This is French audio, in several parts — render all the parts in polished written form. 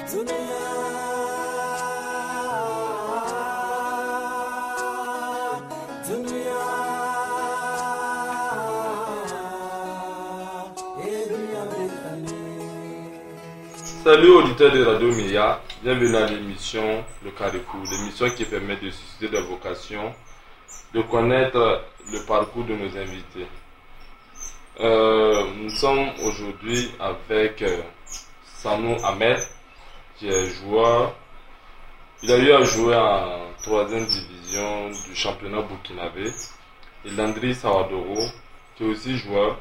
Salut auditeurs de Radio Mia, bienvenue à l'émission Le Carrefour, l'émission qui permet de susciter des vocations, de connaître le parcours de nos invités. Nous sommes aujourd'hui avec Sanou Ahmed, qui est joueur. Il a eu à jouer en 3e division du championnat burkinabé. Et Landry Sawadoro, qui est aussi joueur,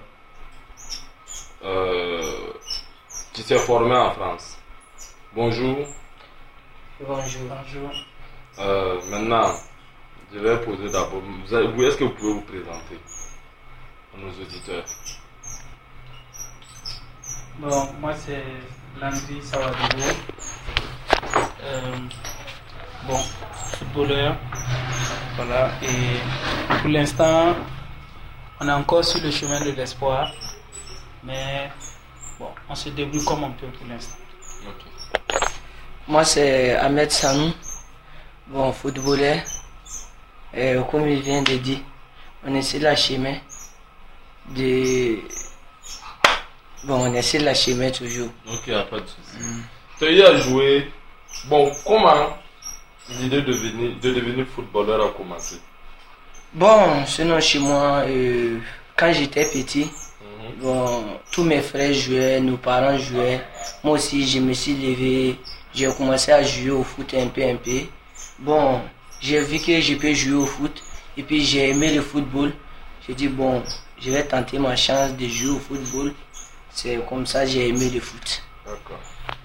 qui s'est formé en France. Bonjour. Bonjour. Maintenant, je vais poser d'abord. Est-ce que vous pouvez vous présenter à nos auditeurs? Bon, moi c'est Landry Sawadoro. Footballeur. Voilà. Et pour l'instant, on est encore sur le chemin de l'espoir. Mais bon, on se débrouille comme on peut pour l'instant. Okay. Moi c'est Ahmed Sanou, footballeur. Et comme il vient de dire, on est sur la chemin on est sur la chemin toujours. Ok, il n'y a pas de souci. Tu as eu à jouer. Bon, comment l'idée de devenir footballeur a commencé? Sinon chez moi, quand j'étais petit, tous mes frères jouaient, nos parents jouaient. Moi aussi, je me suis levé, j'ai commencé à jouer au foot un peu. J'ai vu que je peux jouer au foot et puis j'ai aimé le football. J'ai dit je vais tenter ma chance de jouer au football. C'est comme ça que j'ai aimé le foot. D'accord.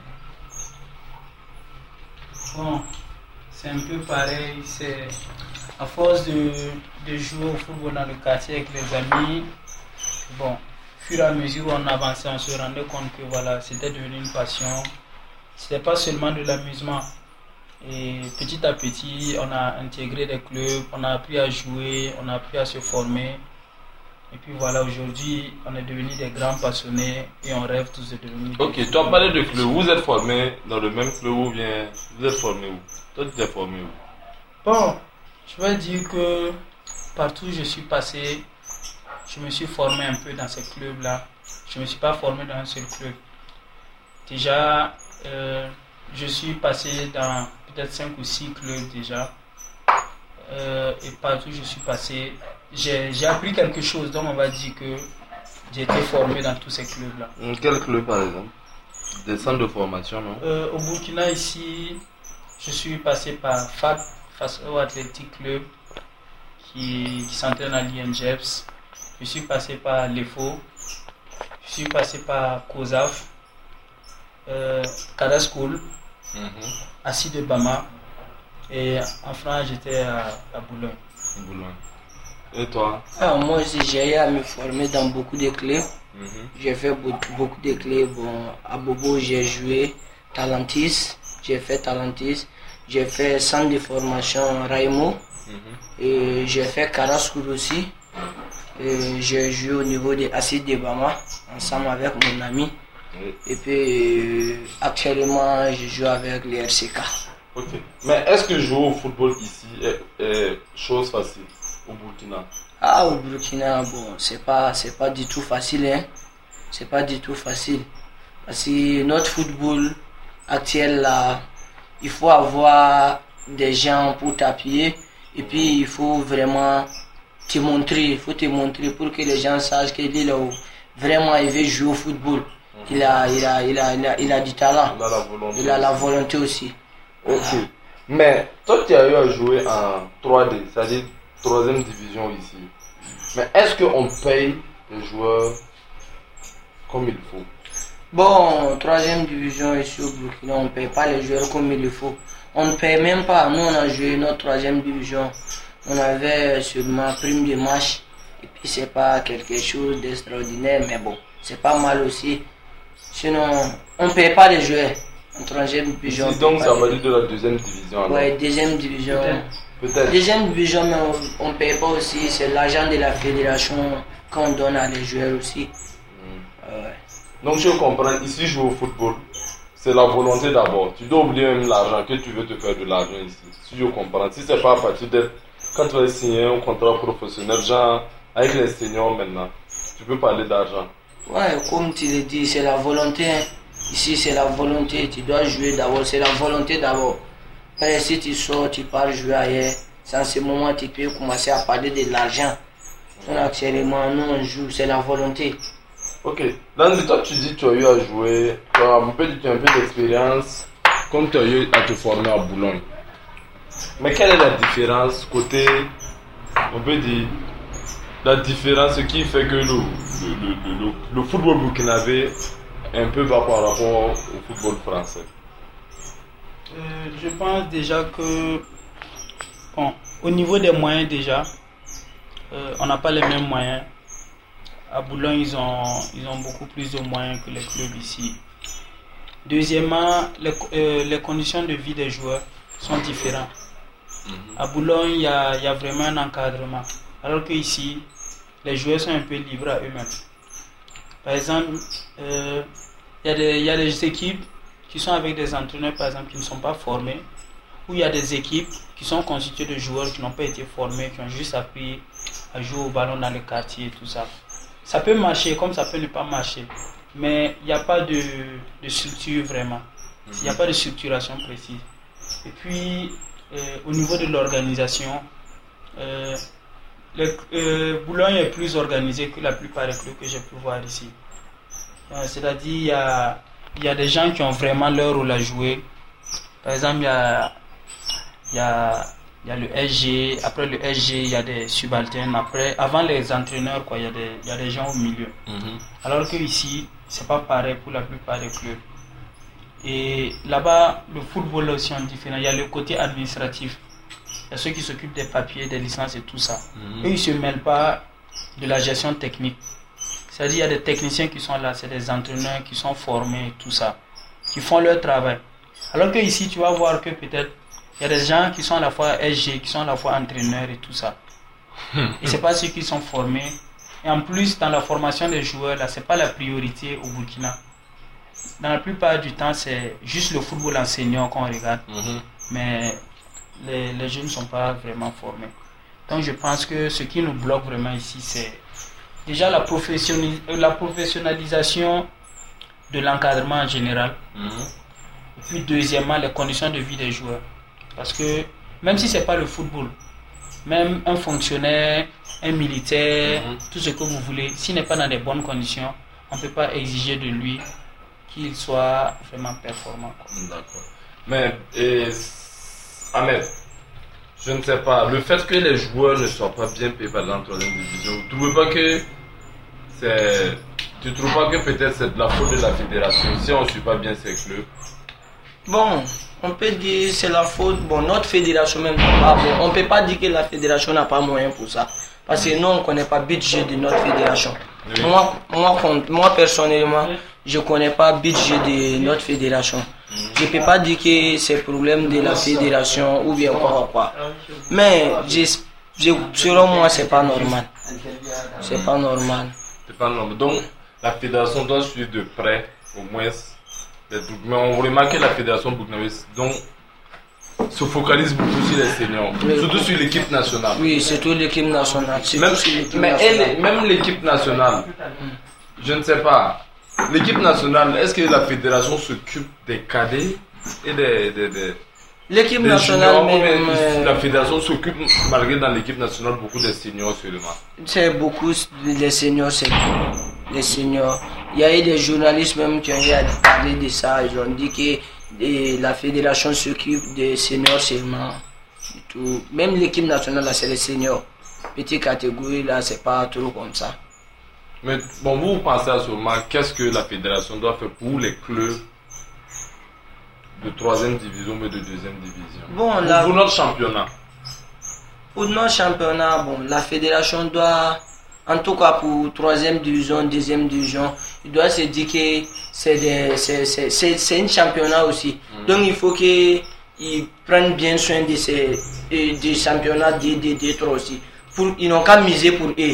C'est un peu pareil. C'est à force de jouer au football dans le quartier avec les amis. Fur et à mesure où on avançait, on se rendait compte que c'était devenu une passion. C'était pas seulement de l'amusement. Et petit à petit, on a intégré des clubs, on a appris à jouer, on a appris à se former. Et puis aujourd'hui, on est devenus des grands passionnés et on rêve tous de devenir. Ok, tu as parlé de club. Vous êtes formé dans le même club ou bien vous êtes formé où? Toi, tu t'es formé où? Je vais dire que partout où je suis passé, je me suis formé un peu dans ces clubs-là. Je ne me suis pas formé dans un seul club. Déjà, je suis passé dans peut-être 5 ou 6 clubs déjà. Et partout où je suis passé, j'ai appris quelque chose. Donc on va dire que j'ai été formé dans tous ces clubs-là. Quel club par exemple? Des centres de formation, non? Au Burkina ici, je suis passé par FAC, Faso Athletic Club, qui s'entraîne à l'INGEPS. Je suis passé par l'EFO, je suis passé par COSAF, Kada School, Assis de Bama, et en France j'étais à Boulogne. Et toi? Moi aussi j'ai eu à me former dans beaucoup de clubs. J'ai fait beaucoup de clubs. À Bobo j'ai joué Talentis, j'ai fait centre de formation Raimo, et j'ai fait Kada School aussi. J'ai joué au niveau des Acides de Bama ensemble avec mon ami. Et puis actuellement je joue avec les RCK. Ok. Mais est-ce que jouer au football ici est chose facile au Burkina? Au Burkina, c'est pas du tout facile, hein. C'est pas du tout facile. Parce que notre football actuel là, il faut avoir des gens pour t'appuyer. Et puis il faut vraiment te montrer pour que les gens sachent qu'il est vraiment il veut jouer au football. Il a du talent. Il a la volonté aussi. Ok. Mais toi tu as eu à jouer en 3D, c'est-à-dire 3e division ici. Mais est-ce qu'on paye les joueurs comme il faut? 3e division ici au Burkina, on ne paye pas les joueurs comme il le faut. On ne paye même pas. Nous on a joué notre 3e division. On avait seulement prime de match. Et puis c'est pas quelque chose d'extraordinaire, mais c'est pas mal aussi. Sinon, on ne paye pas les joueurs en 3e division. Ici, donc ça va dire de la 2e division alors. Ouais, 2e division. Peut-être. 2e division, mais on ne paye pas aussi. C'est l'argent de la fédération qu'on donne à les joueurs aussi. Donc je comprends, ici jouer au football, c'est la volonté d'abord. Tu dois oublier même l'argent, que tu veux te faire de l'argent ici. Si je comprends. Si c'est pas à partir d'être, quand tu vas signer un contrat professionnel, genre, avec les seniors maintenant, tu peux parler d'argent. Ouais, comme tu le dis, c'est la volonté. Hein. Ici, c'est la volonté. Tu dois jouer d'abord. C'est la volonté d'abord. Après, si tu sors, tu pars jouer ailleurs. C'est en ce moment que tu peux commencer à parler de l'argent. Actuellement, nous, on joue. C'est la volonté. Ok. Landry, toi, tu dis que tu as eu à jouer. Tu as un peu d'expérience. Comme tu as eu à te former à Boulogne. Mais quelle est la différence côté, on peut dire, la différence qui fait que le football burkinabé un peu va par rapport au football français? Je pense déjà que, bon, au niveau des moyens déjà, on n'a pas les mêmes moyens. À Boulogne, ils ont beaucoup plus de moyens que les clubs ici. Deuxièmement, les conditions de vie des joueurs sont différentes. À Boulogne, il y a vraiment un encadrement. Alors qu'ici, les joueurs sont un peu libres à eux-mêmes. Par exemple, il y a des équipes qui sont avec des entraîneurs, par exemple, qui ne sont pas formés. Ou il y a des équipes qui sont constituées de joueurs qui n'ont pas été formés, qui ont juste appris à jouer au ballon dans le quartier et tout ça. Ça peut marcher comme ça peut ne pas marcher. Mais il n'y a pas de structure vraiment. Il n'y a pas de structuration précise. Et puis, au niveau de l'organisation, Boulogne est plus organisé que la plupart des clubs que j'ai pu voir ici. C'est-à-dire, il y a des gens qui ont vraiment leur rôle à jouer. Par exemple, il y a le SG. Après le SG, il y a des subalternes. Avant les entraîneurs, quoi, il y a des gens au milieu. Alors que ici, c'est pas pareil pour la plupart des clubs. Et là-bas, le football est aussi différent. Il y a le côté administratif. Il y a ceux qui s'occupent des papiers, des licences et tout ça. Eux, ils ne se mêlent pas de la gestion technique. C'est-à-dire, il y a des techniciens qui sont là, c'est des entraîneurs qui sont formés et tout ça, qui font leur travail. Alors que ici, tu vas voir que peut-être, il y a des gens qui sont à la fois SG, qui sont à la fois entraîneurs et tout ça. Et ce n'est pas ceux qui sont formés. Et en plus, dans la formation des joueurs, là, ce n'est pas la priorité au Burkina. Dans la plupart du temps, c'est juste le football enseignant qu'on regarde. Mais les jeunes ne sont pas vraiment formés. Donc je pense que ce qui nous bloque vraiment ici, c'est déjà la professionnalisation de l'encadrement en général. Et puis deuxièmement, les conditions de vie des joueurs. Parce que même si ce n'est pas le football, même un fonctionnaire, un militaire, tout ce que vous voulez, s'il n'est pas dans des bonnes conditions, on ne peut pas exiger de lui qu'il soit vraiment performant. D'accord. Mais, Ahmed, je ne sais pas, le fait que les joueurs ne soient pas bien payés par la troisième division, tu ne trouves pas que peut-être c'est de la faute de la fédération si on ne suit pas bien ces clubs? Bon, on peut dire c'est la faute, bon, notre fédération même n'a pas, bon, on ne peut pas dire que la fédération n'a pas moyen pour ça. Parce que nous, on ne connaît pas le budget de notre fédération. Oui. Moi, personnellement, je ne connais pas le budget de notre fédération. Je ne peux pas dire que c'est le problème de la fédération ou bien quoi. Mais, selon moi, ce n'est pas normal. C'est pas normal. C'est pas normal. Donc, la fédération doit suivre de près, au moins, mais on remarque que la fédération burkinabé se focalise beaucoup sur les seniors, surtout sur l'équipe nationale. Oui, surtout l'équipe nationale. Même l'équipe nationale, je ne sais pas. L'équipe nationale, est-ce que la fédération s'occupe des cadets et des l'équipe nationale juniors, même, la fédération s'occupe, malgré dans l'équipe nationale, beaucoup des seniors seulement? C'est beaucoup les seniors, c'est les seniors. Il y a eu des journalistes même qui ont eu à parler de ça. Ils ont dit que la fédération s'occupe des seniors seulement. Tout. Même l'équipe nationale, là, c'est les seniors. Petite catégorie, là, c'est pas trop comme ça. Mais bon, vous pensez à ce moment, qu'est-ce que la fédération doit faire pour les clubs de 3e division mais de 2e division? Bon, pour notre championnat. Pour notre championnat, bon, la fédération doit, en tout cas pour 3e division, 2e division, il doit se dire que c'est un championnat aussi. Donc il faut qu'ils prennent bien soin de ces championnats des 3 aussi. Ils n'ont qu'à miser pour eux.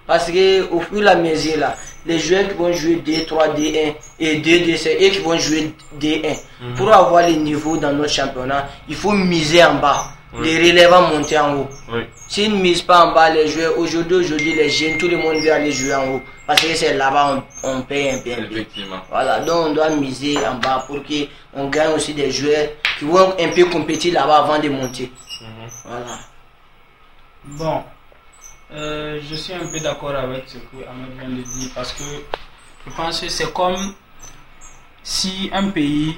Parce que au fur et à mesure là, les joueurs qui vont jouer D3, D1 et D2, c'est eux qui vont jouer D1. Pour avoir les niveaux dans notre championnat, il faut miser en bas. Les relèvants monter en haut. S'ils ne misent pas en bas, les joueurs, aujourd'hui, les jeunes, tout le monde veut aller jouer en haut. Parce que c'est là-bas on paye un peu. Effectivement. Voilà, donc on doit miser en bas pour qu'on gagne aussi des joueurs qui vont un peu compétir là-bas avant de monter. Voilà. Bon, je suis un peu d'accord avec ce que Ahmed vient de dire parce que je pense que c'est comme si un pays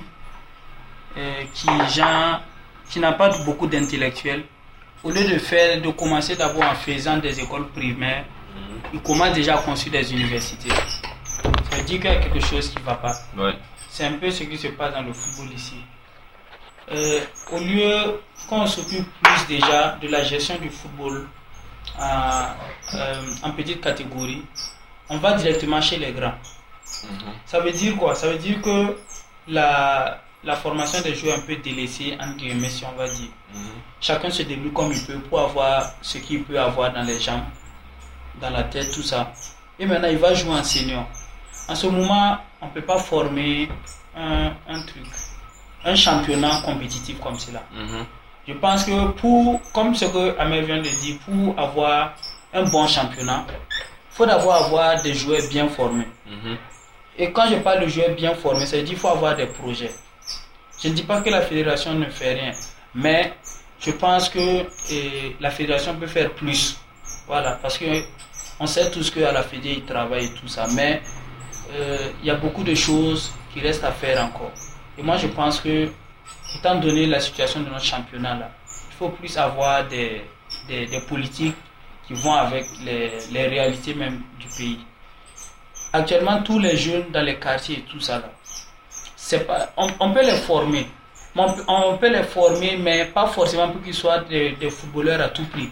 qui n'a pas beaucoup d'intellectuels, au lieu de commencer d'abord en faisant des écoles primaires, il commence déjà à construire des universités. Ça veut dire qu'il y a quelque chose qui ne va pas. C'est un peu ce qui se passe dans le football ici. Au lieu qu'on s'occupe plus déjà de la gestion du football en petite catégorie, on va directement chez les grands. Ça veut dire quoi? Ça veut dire que la formation des joueurs est un peu délaissée, entre guillemets, si on va dire. Chacun se débrouille comme il peut pour avoir ce qu'il peut avoir dans les jambes, dans la tête, tout ça. Et maintenant, il va jouer en senior. En ce moment, on ne peut pas former un championnat compétitif comme cela. Je pense que comme ce que Amel vient de dire, pour avoir un bon championnat, il faut d'abord avoir des joueurs bien formés. Et quand je parle de joueurs bien formés, ça veut dire qu'il faut avoir des projets. Je ne dis pas que la fédération ne fait rien, mais je pense que la fédération peut faire plus. Voilà, parce que on sait tous qu'à la fédé, ils travaillent et tout ça, mais il y a beaucoup de choses qui restent à faire encore. Et moi, je pense que, étant donné la situation de notre championnat, là, il faut plus avoir des politiques qui vont avec les réalités même du pays. Actuellement, tous les jeunes dans les quartiers et tout ça, là, on peut les former. On peut les former, mais pas forcément pour qu'ils soient des footballeurs à tout prix.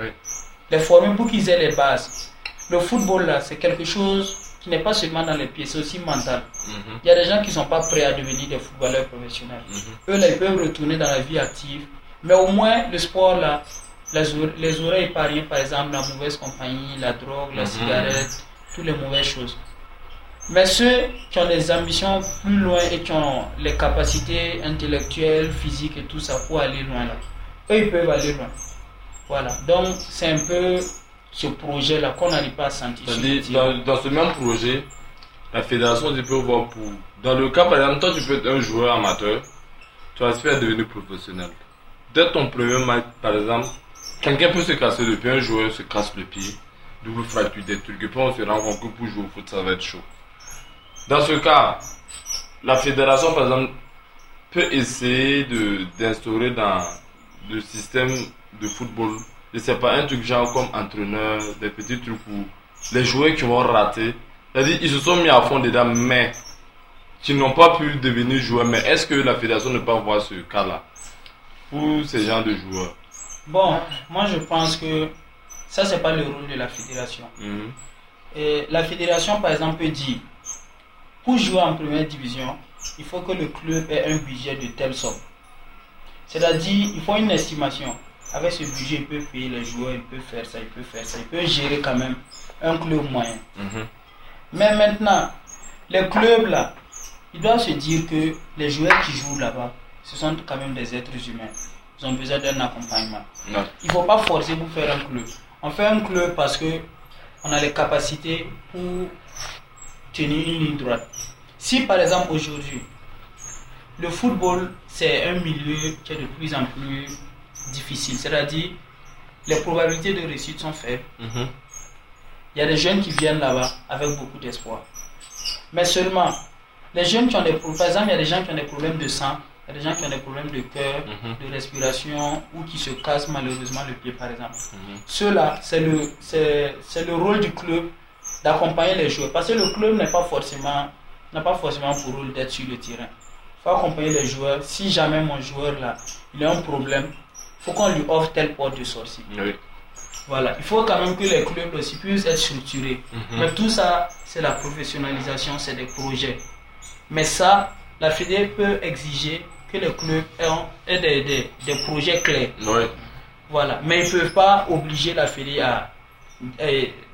Les former pour qu'ils aient les bases. Le football, là, c'est quelque chose qui n'est pas seulement dans les pieds, c'est aussi mental. Il y a des gens qui ne sont pas prêts à devenir des footballeurs professionnels. Eux, là, ils peuvent retourner dans la vie active. Mais au moins, le sport, là, les auraient épargné, par exemple, la mauvaise compagnie, la drogue, la cigarette, toutes les mauvaises choses. Mais ceux qui ont des ambitions plus loin et qui ont les capacités intellectuelles, physiques et tout ça pour aller loin, là, eux, ils peuvent aller loin. Voilà. Donc, c'est un peu ce projet-là qu'on n'arrive pas à sentir. Dans ce même projet, la fédération, tu peux voir pour... Dans le cas, par exemple, toi, tu peux être un joueur amateur, tu vas se faire devenir professionnel. Dès ton premier match, par exemple, quelqu'un peut se casser le pied, un joueur se casse le pied, double fracture, des trucs, et puis on se rend compte que pour jouer au foot, ça va être chaud. Dans ce cas, la fédération, par exemple, peut essayer d'instaurer dans le système de football, je sais pas, un truc genre comme entraîneur, des petits trucs où les joueurs qui vont rater, c'est-à-dire ils se sont mis à fond dedans, mais qui n'ont pas pu devenir joueurs. Mais est-ce que la fédération ne peut pas voir ce cas-là pour ces genres de joueurs? Bon, moi je pense que ça c'est pas le rôle de la fédération. Et la fédération par exemple peut dire, pour jouer en première division, il faut que le club ait un budget de telle somme. C'est-à-dire, il faut une estimation. Avec ce budget, il peut payer les joueurs, il peut faire ça, il peut faire ça, il peut gérer quand même un club moyen. Mais maintenant, les clubs là, ils doivent se dire que les joueurs qui jouent là-bas, ce sont quand même des êtres humains. Ils ont besoin d'un accompagnement. Il ne faut pas forcer pour faire un club. On fait un club parce que on a les capacités pour tenir une ligne droite. Si par exemple aujourd'hui, le football c'est un milieu qui est de plus en plus difficile, c'est-à-dire les probabilités de réussite sont faibles. Il y a des jeunes qui viennent là-bas avec beaucoup d'espoir. Mais seulement, les jeunes qui ont des problèmes, par exemple, il y a des gens qui ont des problèmes de sang, il y a des gens qui ont des problèmes de cœur, de respiration, ou qui se cassent malheureusement le pied par exemple. Ceux-là, c'est le rôle du club d'accompagner les joueurs. Parce que le club n'a pas forcément pour rôle d'être sur le terrain. Il faut accompagner les joueurs. Si jamais mon joueur là, il a un problème, il faut qu'on lui offre telle porte de sortie. Voilà. Il faut quand même que les clubs aussi puissent être structurés. Mais tout ça, c'est la professionnalisation, c'est des projets. Mais ça, la Fédé peut exiger que les clubs aient des projets clairs. Voilà. Mais ils ne peuvent pas obliger la Fédé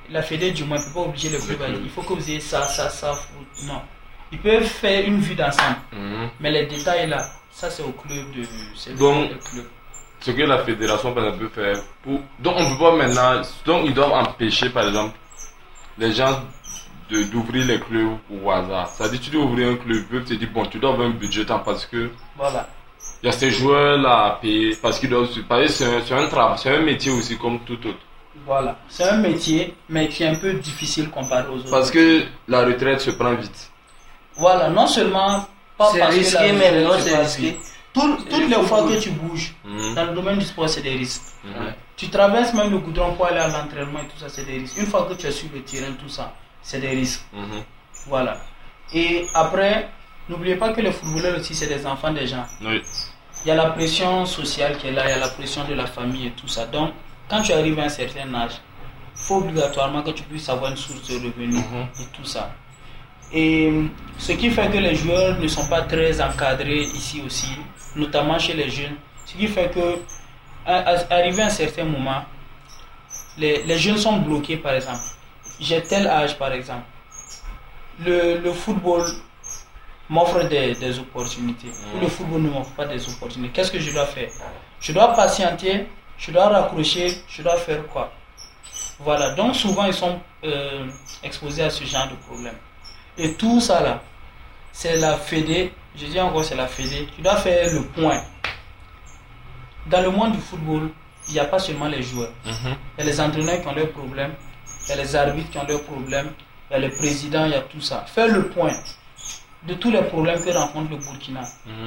la fédé du moins ne peut pas obliger le club à dire il faut que vous ayez ça. Non. Ils peuvent faire une vue d'ensemble. Mais les détails là, ça c'est au club de. Donc, le club. Ce que la fédération par exemple, peut faire donc on peut pas maintenant. Donc ils doivent empêcher par exemple les gens d'ouvrir les clubs au hasard. C'est-à-dire tu dois ouvrir un club, ils peuvent te dire bon tu dois avoir un budget parce que voilà. Il y a ces joueurs là à payer parce qu'ils doivent c'est un travail, c'est un métier aussi comme tout autre. Voilà, c'est un métier mais qui est un peu difficile comparé aux autres. Parce que la retraite se prend vite. Voilà, non seulement pas c'est parce risqué, que la mais non, retraite c'est risqué. Toutes les fois que tu bouges dans le domaine du sport, c'est des risques. Tu traverses même le goudron pour aller à l'entraînement et tout ça, c'est des risques. Une fois que tu es sur le terrain, tout ça, c'est des risques. Voilà. Et après, n'oubliez pas que les footballeurs aussi, c'est des enfants des gens. Oui. Il y a la pression sociale qui est là, il y a la pression de la famille et tout ça. Donc, quand tu arrives à un certain âge, il faut obligatoirement que tu puisses avoir une source de revenus et tout ça. Et ce qui fait que les joueurs ne sont pas très encadrés ici aussi, notamment chez les jeunes. Ce qui fait que, arrivé à un certain moment, les jeunes sont bloqués par exemple. J'ai tel âge par exemple. Le football m'offre des opportunités. Ou le football ne m'offre pas des opportunités. Qu'est-ce que je dois faire? Je dois patienter, je dois raccrocher, je dois faire quoi? Voilà, donc souvent ils sont exposés à ce genre de problème. Et tout ça là, c'est la fédé, je dis encore c'est la fédé, tu dois faire le point. Dans le monde du football, il n'y a pas seulement les joueurs. Il y a les entraîneurs qui ont leurs problèmes, il y a les arbitres qui ont leurs problèmes, il y a les présidents, il y a tout ça. Faire le point de tous les problèmes que rencontre le Burkina.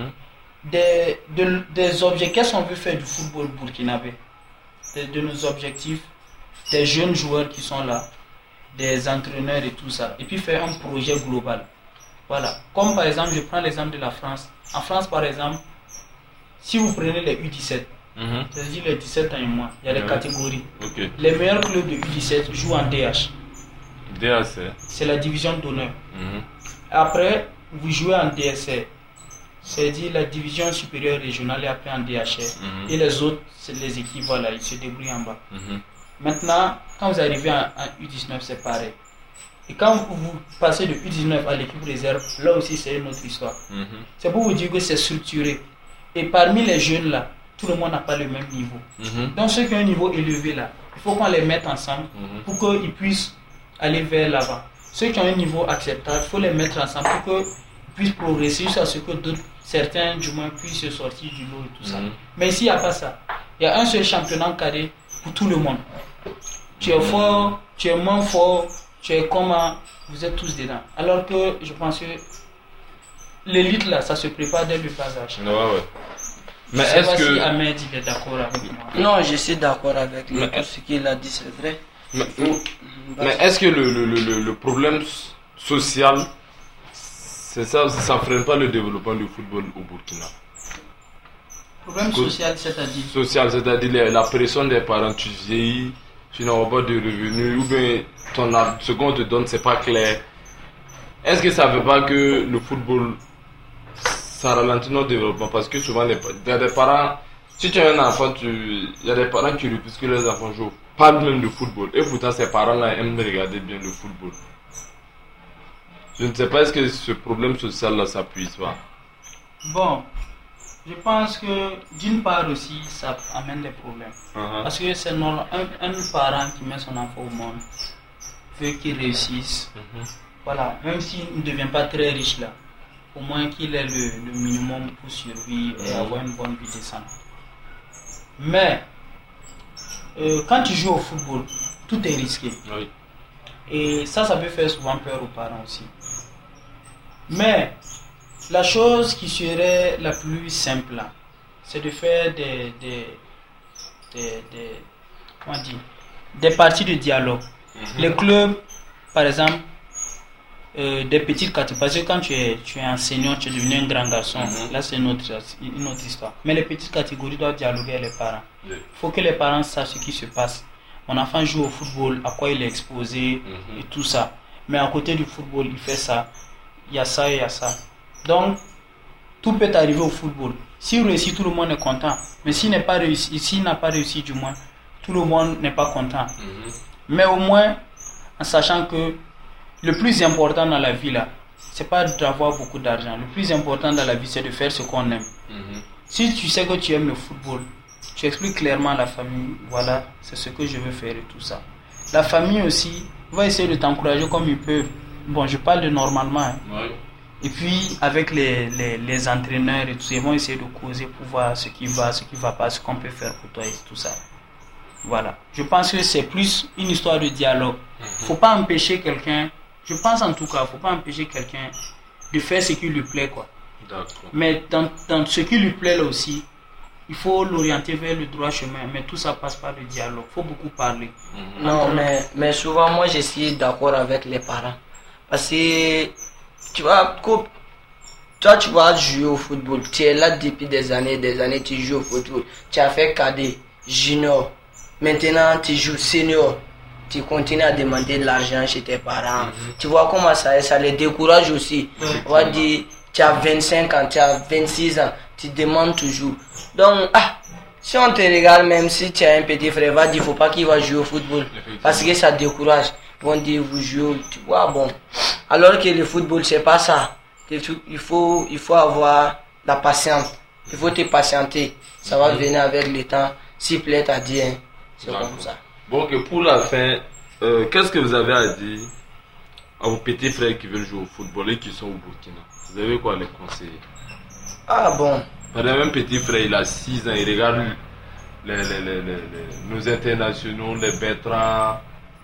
Des objectifs, qu'est-ce qu'on veut faire du football burkinabé? De nos objectifs, des jeunes joueurs qui sont là, des entraîneurs et tout ça, et puis faire un projet global. Voilà. Comme par exemple, je prends l'exemple de la France. En France, par exemple, si vous prenez les U17, c'est-à-dire les 17 ans et moins, il y a des catégories. Les meilleurs clubs de U17 jouent en DH. DH, c'est la division d'honneur. Après, vous jouez en DSR, c'est-à-dire la division supérieure régionale, et après en DHR. Et les autres, c'est les équipes, voilà, ils se débrouillent en bas. Maintenant, quand vous arrivez en U19, c'est pareil. Et quand vous passez de U19 à l'équipe réserve, là aussi c'est une autre histoire. C'est pour vous dire que c'est structuré. Et parmi les jeunes là, tout le monde n'a pas le même niveau. Donc ceux qui ont un niveau élevé là, il faut qu'on les mette ensemble pour qu'ils puissent aller vers l'avant. Ceux qui ont un niveau acceptable, il faut les mettre ensemble pour qu'ils puissent progresser jusqu'à ce que d'autres, certains du moins, puissent se sortir du lot et tout ça. Mais ici il n'y a pas ça. Il y a un seul championnat cadet pour tout le monde. Tu es fort, tu es moins fort, tu es comment, vous êtes tous dedans. Alors que je pense que l'élite là, ça se prépare dès le bas âge. Mais je sais est-ce pas que si Ahmed il est d'accord avec moi? Non, je suis d'accord avec lui. Tout ce qu'il a dit, c'est vrai. Mais est-ce que le problème social, c'est ça, ça freine pas le développement du football au Burkina? Problème social, c'est-à-dire? Social, c'est-à-dire la pression des parents, tu vieillis, tu n'as pas de revenus, ou bien ce qu'on te donne, c'est pas clair. Est-ce que ça ne veut pas que le football, ça ralentit notre développement? Parce que souvent, il y a des parents, si tu as un enfant, il y a des parents qui refusent que les enfants jouent, pas même de football. Et pourtant, ces parents-là aiment regarder bien le football. Je ne sais pas, est-ce que ce problème social-là s'appuie pas? Bon, je pense que d'une part aussi, ça amène des problèmes. Parce que c'est un parent qui met son enfant au monde, veut qu'il réussisse. Voilà, même s'il ne devient pas très riche là, au moins qu'il ait le minimum pour survivre et avoir une bonne vie décente. Mais, quand tu joues au football, tout est risqué. Et ça peut faire souvent peur aux parents aussi. Mais, la chose qui serait la plus simple là, c'est de faire des parties de dialogue. Les clubs, par exemple, des petites catégories, parce que quand tu es enseignant, tu es devenu un grand garçon, là c'est une autre histoire. Mais les petites catégories doivent dialoguer avec les parents. Il faut que les parents sachent ce qui se passe. Mon enfant joue au football, à quoi il est exposé et tout ça. Mais à côté du football, il fait ça, il y a ça et il y a ça. Donc, tout peut arriver au football. S'il réussit, tout le monde est content. Mais s'il n'a pas réussi du moins, tout le monde n'est pas content. Mais au moins, en sachant que le plus important dans la vie là, c'est pas d'avoir beaucoup d'argent. Le plus important dans la vie, c'est de faire ce qu'on aime. Si tu sais que tu aimes le football, tu expliques clairement à la famille, voilà, c'est ce que je veux faire et tout ça. La famille aussi va essayer de t'encourager comme ils peuvent. Bon, je parle de normalement. Hein. Ouais. Et puis, avec les entraîneurs et tout ça, ils vont essayer de causer pour voir ce qui va pas, ce qu'on peut faire pour toi et tout ça. Voilà. Je pense que c'est plus une histoire de dialogue. Faut pas empêcher quelqu'un, je pense en tout cas, faut pas empêcher quelqu'un de faire ce qui lui plaît, quoi. D'accord. Mais dans ce qui lui plaît là aussi, il faut l'orienter vers le droit chemin. Mais tout ça passe par le dialogue. Faut beaucoup parler. Non, mais souvent, moi, je suis d'accord avec les parents. Parce que, tu vois, toi, tu vas jouer au football. Tu es là depuis des années, tu joues au football. Tu as fait cadet, junior. Maintenant, tu joues senior. Tu continues à demander de l'argent chez tes parents. Tu vois comment ça les décourage aussi. On va dire, tu as 25 ans, tu as 26 ans. Tu demandes toujours. Donc, si on te regarde, même si tu as un petit frère, va dire, il ne faut pas qu'il va jouer au football. Parce que ça décourage. Ils vont dire, vous jouez, tu vois, bon. Alors que le football, c'est pas ça. Il faut avoir la patience. Il faut te patienter. Ça va venir avec le temps. S'il plaît à dire, c'est comme ça. Bon, que pour la fin, qu'est-ce que vous avez à dire à vos petits frères qui veulent jouer au football et qui sont au Burkina? Vous avez quoi à les conseiller? Ah bon. Par exemple, un petit frère, il a 6 ans, il regarde nos internationaux, les Bertrand,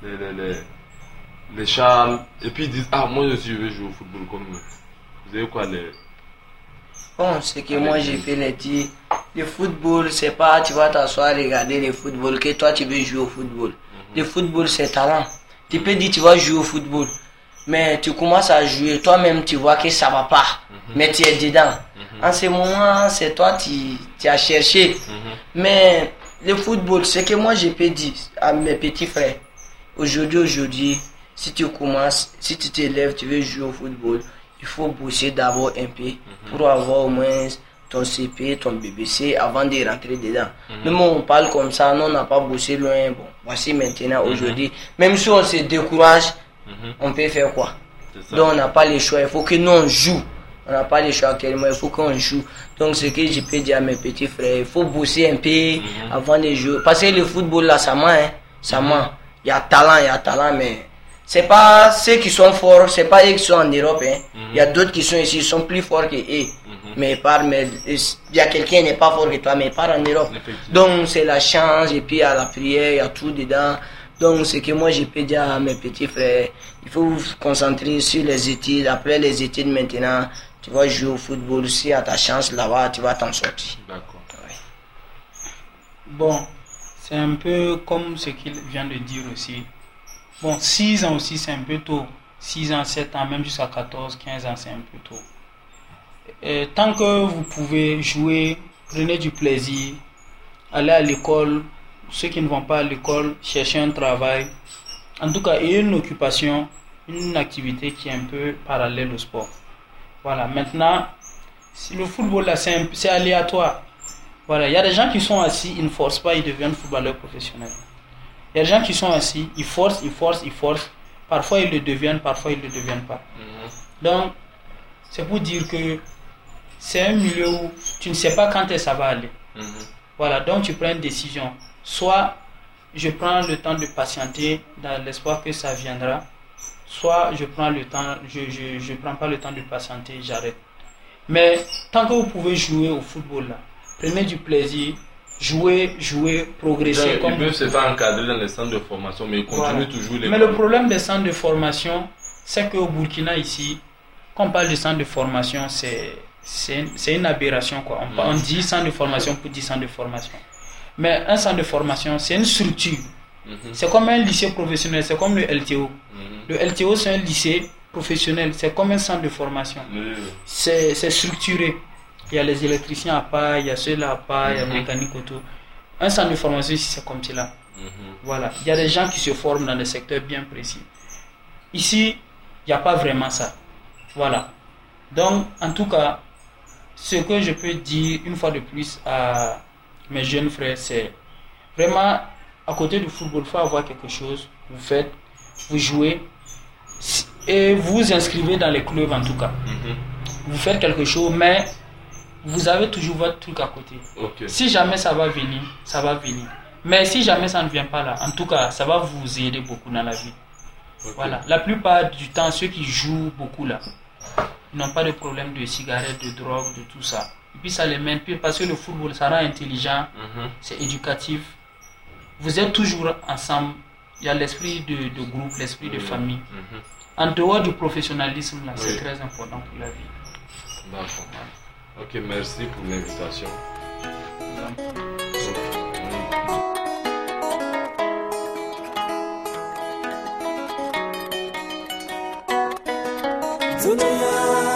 les Charles, et puis ils disent, moi aussi je veux jouer au football comme eux. Vous avez quoi les... Bon, ce que moi j'ai fait les dire, le football, c'est pas tu vas t'asseoir regarder le football que toi tu veux jouer au football. Le football, c'est talent. Tu peux dire tu vas jouer au football, mais tu commences à jouer, toi-même tu vois que ça va pas, mais tu es dedans. En ce moment, c'est toi tu as cherché. Mais le football, c'est que moi je peux dire à mes petits frères, aujourd'hui, si tu commences, si tu t'élèves, tu veux jouer au football, il faut bosser d'abord un peu pour avoir au moins ton CP, ton BBC avant de rentrer dedans. Même on parle comme ça, nous on n'a pas bossé loin. Bon, voici maintenant, aujourd'hui. Même si on se décourage, on peut faire quoi? Donc on n'a pas le choix, il faut que nous on joue. On n'a pas le choix actuellement, il faut qu'on joue. Donc ce que je peux dire à mes petits frères, il faut bosser un peu avant de jouer. Parce que le football là, ça ment, ça ment. Il y a talent, mais c'est pas ceux qui sont forts, c'est pas eux qui sont en Europe. Il y a d'autres qui sont ici, ils sont plus forts que eux. Mais il y a quelqu'un qui n'est pas fort que toi, mais il part en Europe. Donc c'est la chance, et puis il y a la prière, il y a tout dedans. Donc ce que moi je peux dire à mes petits frères, il faut vous concentrer sur les études. Après les études maintenant, tu vas jouer au football. Si tu as ta chance là-bas, tu vas t'en sortir. D'accord. Ouais. Bon, c'est un peu comme ce qu'il vient de dire aussi. Bon, 6 ans aussi, c'est un peu tôt. 6 ans, 7 ans, même jusqu'à 14, 15 ans, c'est un peu tôt. Et tant que vous pouvez jouer, prenez du plaisir, allez à l'école. Ceux qui ne vont pas à l'école, cherchez un travail. En tout cas, ayez une occupation, une activité qui est un peu parallèle au sport. Voilà, maintenant, si le football, là, c'est aléatoire. Voilà, il y a des gens qui sont assis, ils ne forcent pas, ils deviennent footballeurs professionnels. Il y a des gens qui sont assis, ils forcent. Parfois, ils le deviennent, parfois, ils ne le deviennent pas. Donc, c'est pour dire que c'est un milieu où tu ne sais pas quand ça va aller. Voilà, donc tu prends une décision. Soit je prends le temps de patienter dans l'espoir que ça viendra, soit je prends le temps, je prends pas le temps de patienter, j'arrête. Mais tant que vous pouvez jouer au football là, prenez du plaisir, jouez, progressez. Ils peuvent se faire encadrer dans les centres de formation, mais ils continuent toujours les... Mais le problème des centres de formation, c'est qu'au Burkina ici, quand on parle de centre de formation, c'est une aberration, quoi. On dit centre de formation pour dire centre de formation. Mais un centre de formation, c'est une structure. C'est comme un lycée professionnel, c'est comme le LTO. Le LTO, c'est un lycée professionnel, c'est comme un centre de formation. C'est structuré. Il y a les électriciens à part, il y a ceux-là à part, il y a mécanique auto. Un centre de formation ici, c'est comme cela. Voilà. Il y a des gens qui se forment dans des secteurs bien précis. Ici, il n'y a pas vraiment ça. Voilà. Donc, en tout cas, ce que je peux dire une fois de plus à mes jeunes frères, c'est vraiment, à côté du football, il faut avoir quelque chose. Vous faites, vous jouez et vous vous inscrivez dans les clubs en tout cas. Vous faites quelque chose, mais vous avez toujours votre truc à côté. Ok. Si jamais ça va venir, ça va venir. Mais si jamais ça ne vient pas là, en tout cas, ça va vous aider beaucoup dans la vie. Ok. Voilà. La plupart du temps, ceux qui jouent beaucoup là, ils n'ont pas de problème de cigarettes, de drogue, de tout ça. Et puis ça les mène, puis parce que le football, ça rend intelligent, c'est éducatif. Vous êtes toujours ensemble. Il y a l'esprit de groupe, l'esprit de famille. En dehors du professionnalisme, là, c'est très important pour la vie. D'accord. Ok, merci pour l'invitation. Dunia